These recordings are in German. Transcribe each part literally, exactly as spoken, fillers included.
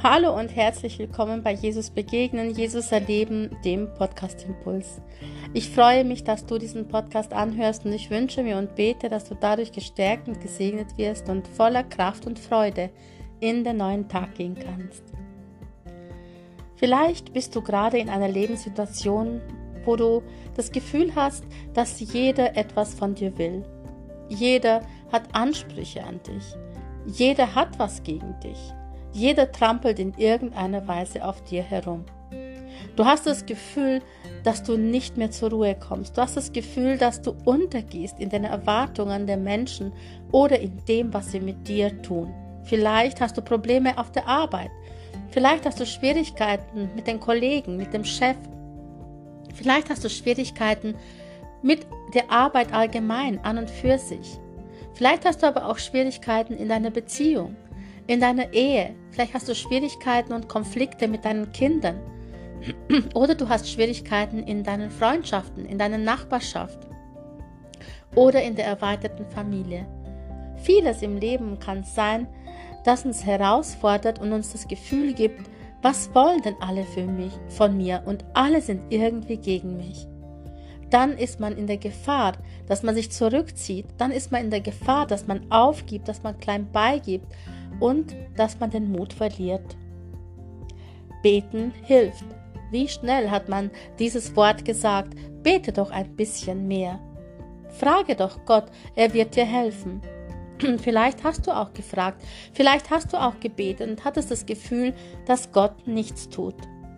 Hallo und herzlich willkommen bei Jesus Begegnen, Jesus Erleben, dem Podcast Impuls. Ich freue mich, dass du diesen Podcast anhörst und ich wünsche mir und bete, dass du dadurch gestärkt und gesegnet wirst und voller Kraft und Freude in den neuen Tag gehen kannst. Vielleicht bist du gerade in einer Lebenssituation, wo du das Gefühl hast, dass jeder etwas von dir will. Jeder hat Ansprüche an dich. Jeder hat was gegen dich. Jeder trampelt in irgendeiner Weise auf dir herum. Du hast das Gefühl, dass du nicht mehr zur Ruhe kommst. Du hast das Gefühl, dass du untergehst in den Erwartungen der Menschen oder in dem, was sie mit dir tun. Vielleicht hast du Probleme auf der Arbeit. Vielleicht hast du Schwierigkeiten mit den Kollegen, mit dem Chef. Vielleicht hast du Schwierigkeiten mit der Arbeit allgemein, an und für sich. Vielleicht hast du aber auch Schwierigkeiten in deiner Beziehung, in deiner Ehe. Vielleicht hast du Schwierigkeiten und Konflikte mit deinen Kindern. Oder du hast Schwierigkeiten in deinen Freundschaften, in deiner Nachbarschaft oder in der erweiterten Familie. Vieles im Leben kann sein, das uns herausfordert und uns das Gefühl gibt, was wollen denn alle für mich, von mir und alle sind irgendwie gegen mich. Dann ist man in der Gefahr, dass man sich zurückzieht. Dann ist man in der Gefahr, dass man aufgibt, dass man klein beigibt und dass man den Mut verliert. Beten hilft. Wie schnell hat man dieses Wort gesagt? Bete doch ein bisschen mehr. Frage doch Gott, er wird dir helfen. Vielleicht hast du auch gefragt, vielleicht hast du auch gebetet und hattest das Gefühl, dass Gott nichts tut.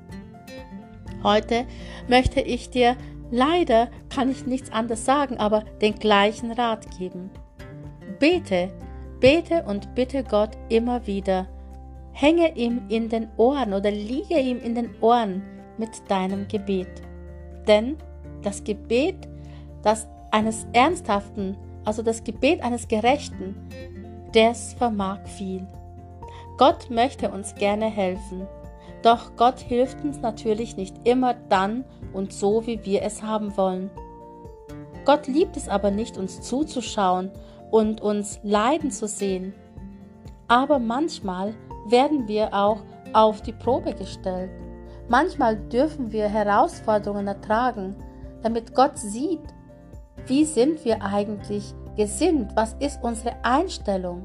Heute möchte ich dir, leider kann ich nichts anderes sagen, aber den gleichen Rat geben. Bete, bete und bitte Gott immer wieder. Hänge ihm in den Ohren oder liege ihm in den Ohren mit deinem Gebet. Denn das Gebet, das eines ernsthaften, also das Gebet eines Gerechten, das vermag viel. Gott möchte uns gerne helfen, doch Gott hilft uns natürlich nicht immer dann und so, wie wir es haben wollen. Gott liebt es aber nicht, uns zuzuschauen und uns leiden zu sehen. Aber manchmal werden wir auch auf die Probe gestellt. Manchmal dürfen wir Herausforderungen ertragen, damit Gott sieht, wie sind wir eigentlich gesinnt? Was ist unsere Einstellung?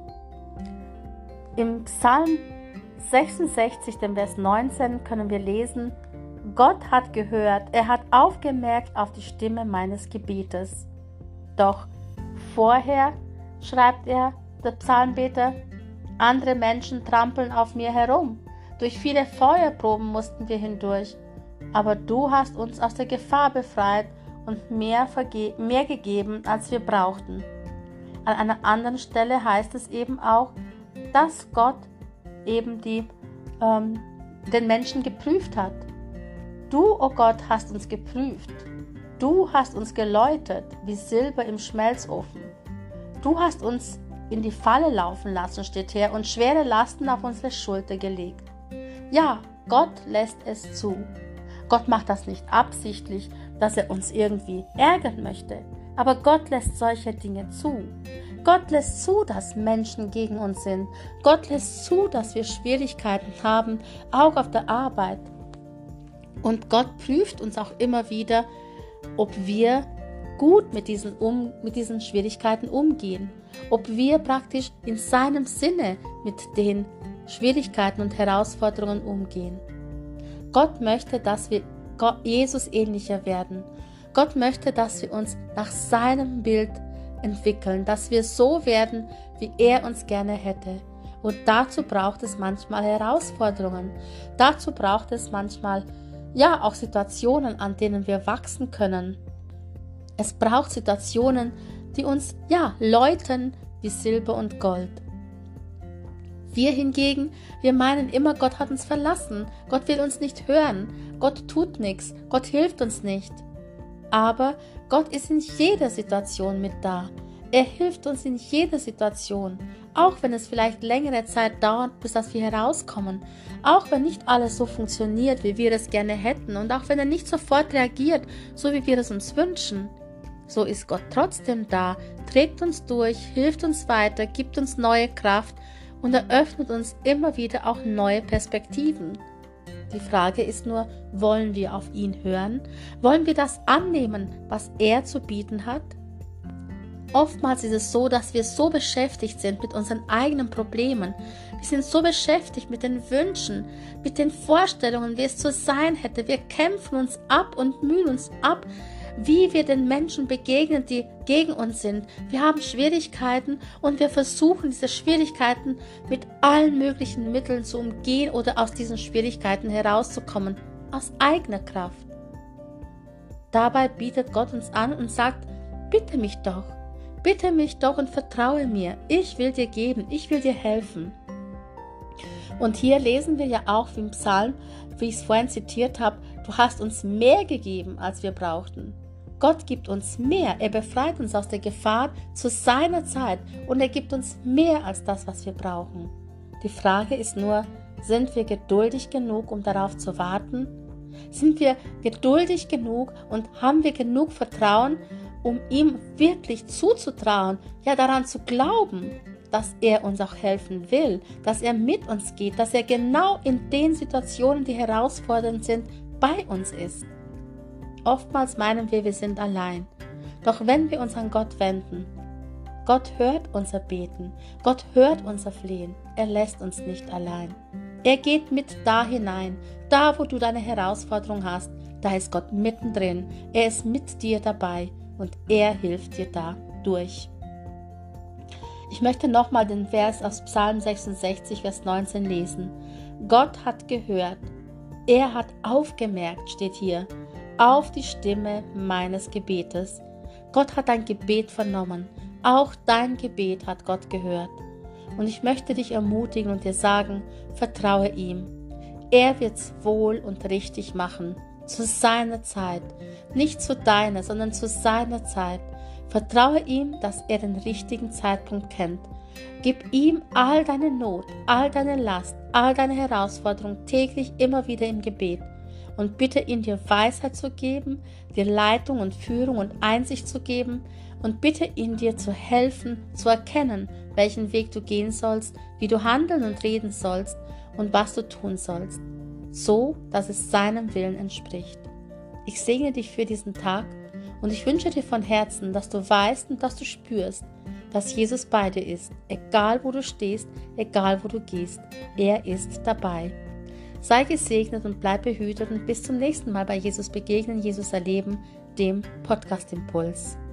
Im Psalm sechsundsechzig, dem Vers neunzehn, können wir lesen: Gott hat gehört, er hat aufgemerkt auf die Stimme meines Gebetes. Doch vorher, schreibt er, der Psalmbeter, andere Menschen trampeln auf mir herum. Durch viele Feuerproben mussten wir hindurch. Aber du hast uns aus der Gefahr befreit und mehr, verge- mehr gegeben, als wir brauchten. An einer anderen Stelle heißt es eben auch, dass Gott eben die, ähm, den Menschen geprüft hat. Du, o oh Gott, hast uns geprüft. Du hast uns geläutert wie Silber im Schmelzofen. Du hast uns in die Falle laufen lassen, steht hier, und schwere Lasten auf unsere Schulter gelegt. Ja, Gott lässt es zu. Gott macht das nicht absichtlich, dass er uns irgendwie ärgern möchte. Aber Gott lässt solche Dinge zu. Gott lässt zu, dass Menschen gegen uns sind. Gott lässt zu, dass wir Schwierigkeiten haben, auch auf der Arbeit. Und Gott prüft uns auch immer wieder, ob wir gut mit diesen, um, mit diesen Schwierigkeiten umgehen. Ob wir praktisch in seinem Sinne mit den Schwierigkeiten und Herausforderungen umgehen. Gott möchte, dass wir Jesus ähnlicher werden. Gott möchte, dass wir uns nach seinem Bild entwickeln, dass wir so werden, wie er uns gerne hätte. Und dazu braucht es manchmal Herausforderungen. Dazu braucht es manchmal, ja, auch Situationen, an denen wir wachsen können. Es braucht Situationen, die uns, ja, läuten wie Silber und Gold. Wir hingegen, wir meinen immer, Gott hat uns verlassen, Gott will uns nicht hören, Gott tut nichts, Gott hilft uns nicht. Aber Gott ist in jeder Situation mit da. Er hilft uns in jeder Situation, auch wenn es vielleicht längere Zeit dauert, bis dass wir herauskommen, auch wenn nicht alles so funktioniert, wie wir es gerne hätten und auch wenn er nicht sofort reagiert, so wie wir es uns wünschen. So ist Gott trotzdem da, trägt uns durch, hilft uns weiter, gibt uns neue Kraft und eröffnet uns immer wieder auch neue Perspektiven. Die Frage ist nur, wollen wir auf ihn hören? Wollen wir das annehmen, was er zu bieten hat? Oftmals ist es so, dass wir so beschäftigt sind mit unseren eigenen Problemen. Wir sind so beschäftigt mit den Wünschen, mit den Vorstellungen, wie es zu sein hätte. Wir kämpfen uns ab und mühen uns ab, wie wir den Menschen begegnen, die gegen uns sind. Wir haben Schwierigkeiten und wir versuchen, diese Schwierigkeiten mit allen möglichen Mitteln zu umgehen oder aus diesen Schwierigkeiten herauszukommen, aus eigener Kraft. Dabei bietet Gott uns an und sagt, bitte mich doch, bitte mich doch und vertraue mir. Ich will dir geben, ich will dir helfen. Und hier lesen wir ja auch wie im Psalm, wie ich es vorhin zitiert habe, du hast uns mehr gegeben, als wir brauchten. Gott gibt uns mehr, er befreit uns aus der Gefahr zu seiner Zeit und er gibt uns mehr als das, was wir brauchen. Die Frage ist nur, sind wir geduldig genug, um darauf zu warten? Sind wir geduldig genug und haben wir genug Vertrauen, um ihm wirklich zuzutrauen, ja daran zu glauben, dass er uns auch helfen will, dass er mit uns geht, dass er genau in den Situationen, die herausfordernd sind, bei uns ist. Oftmals meinen wir, wir sind allein. Doch wenn wir uns an Gott wenden, Gott hört unser Beten, Gott hört unser Flehen, er lässt uns nicht allein. Er geht mit da hinein, da wo du deine Herausforderung hast, da ist Gott mittendrin, er ist mit dir dabei und er hilft dir da durch. Ich möchte nochmal den Vers aus Psalm sechsundsechzig, Vers neunzehn lesen. Gott hat gehört, er hat aufgemerkt, steht hier, auf die Stimme meines Gebetes. Gott hat dein Gebet vernommen. Auch dein Gebet hat Gott gehört. Und ich möchte dich ermutigen und dir sagen, vertraue ihm. Er wird's wohl und richtig machen. Zu seiner Zeit. Nicht zu deiner, sondern zu seiner Zeit. Vertraue ihm, dass er den richtigen Zeitpunkt kennt. Gib ihm all deine Not, all deine Last, all deine Herausforderungen täglich immer wieder im Gebet. Und bitte ihn, dir Weisheit zu geben, dir Leitung und Führung und Einsicht zu geben und bitte ihn, dir zu helfen, zu erkennen, welchen Weg du gehen sollst, wie du handeln und reden sollst und was du tun sollst, so, dass es seinem Willen entspricht. Ich segne dich für diesen Tag und ich wünsche dir von Herzen, dass du weißt und dass du spürst, dass Jesus bei dir ist, egal wo du stehst, egal wo du gehst, er ist dabei. Sei gesegnet und bleib behütet und bis zum nächsten Mal bei Jesus begegnen, Jesus erleben, dem Podcast Impuls.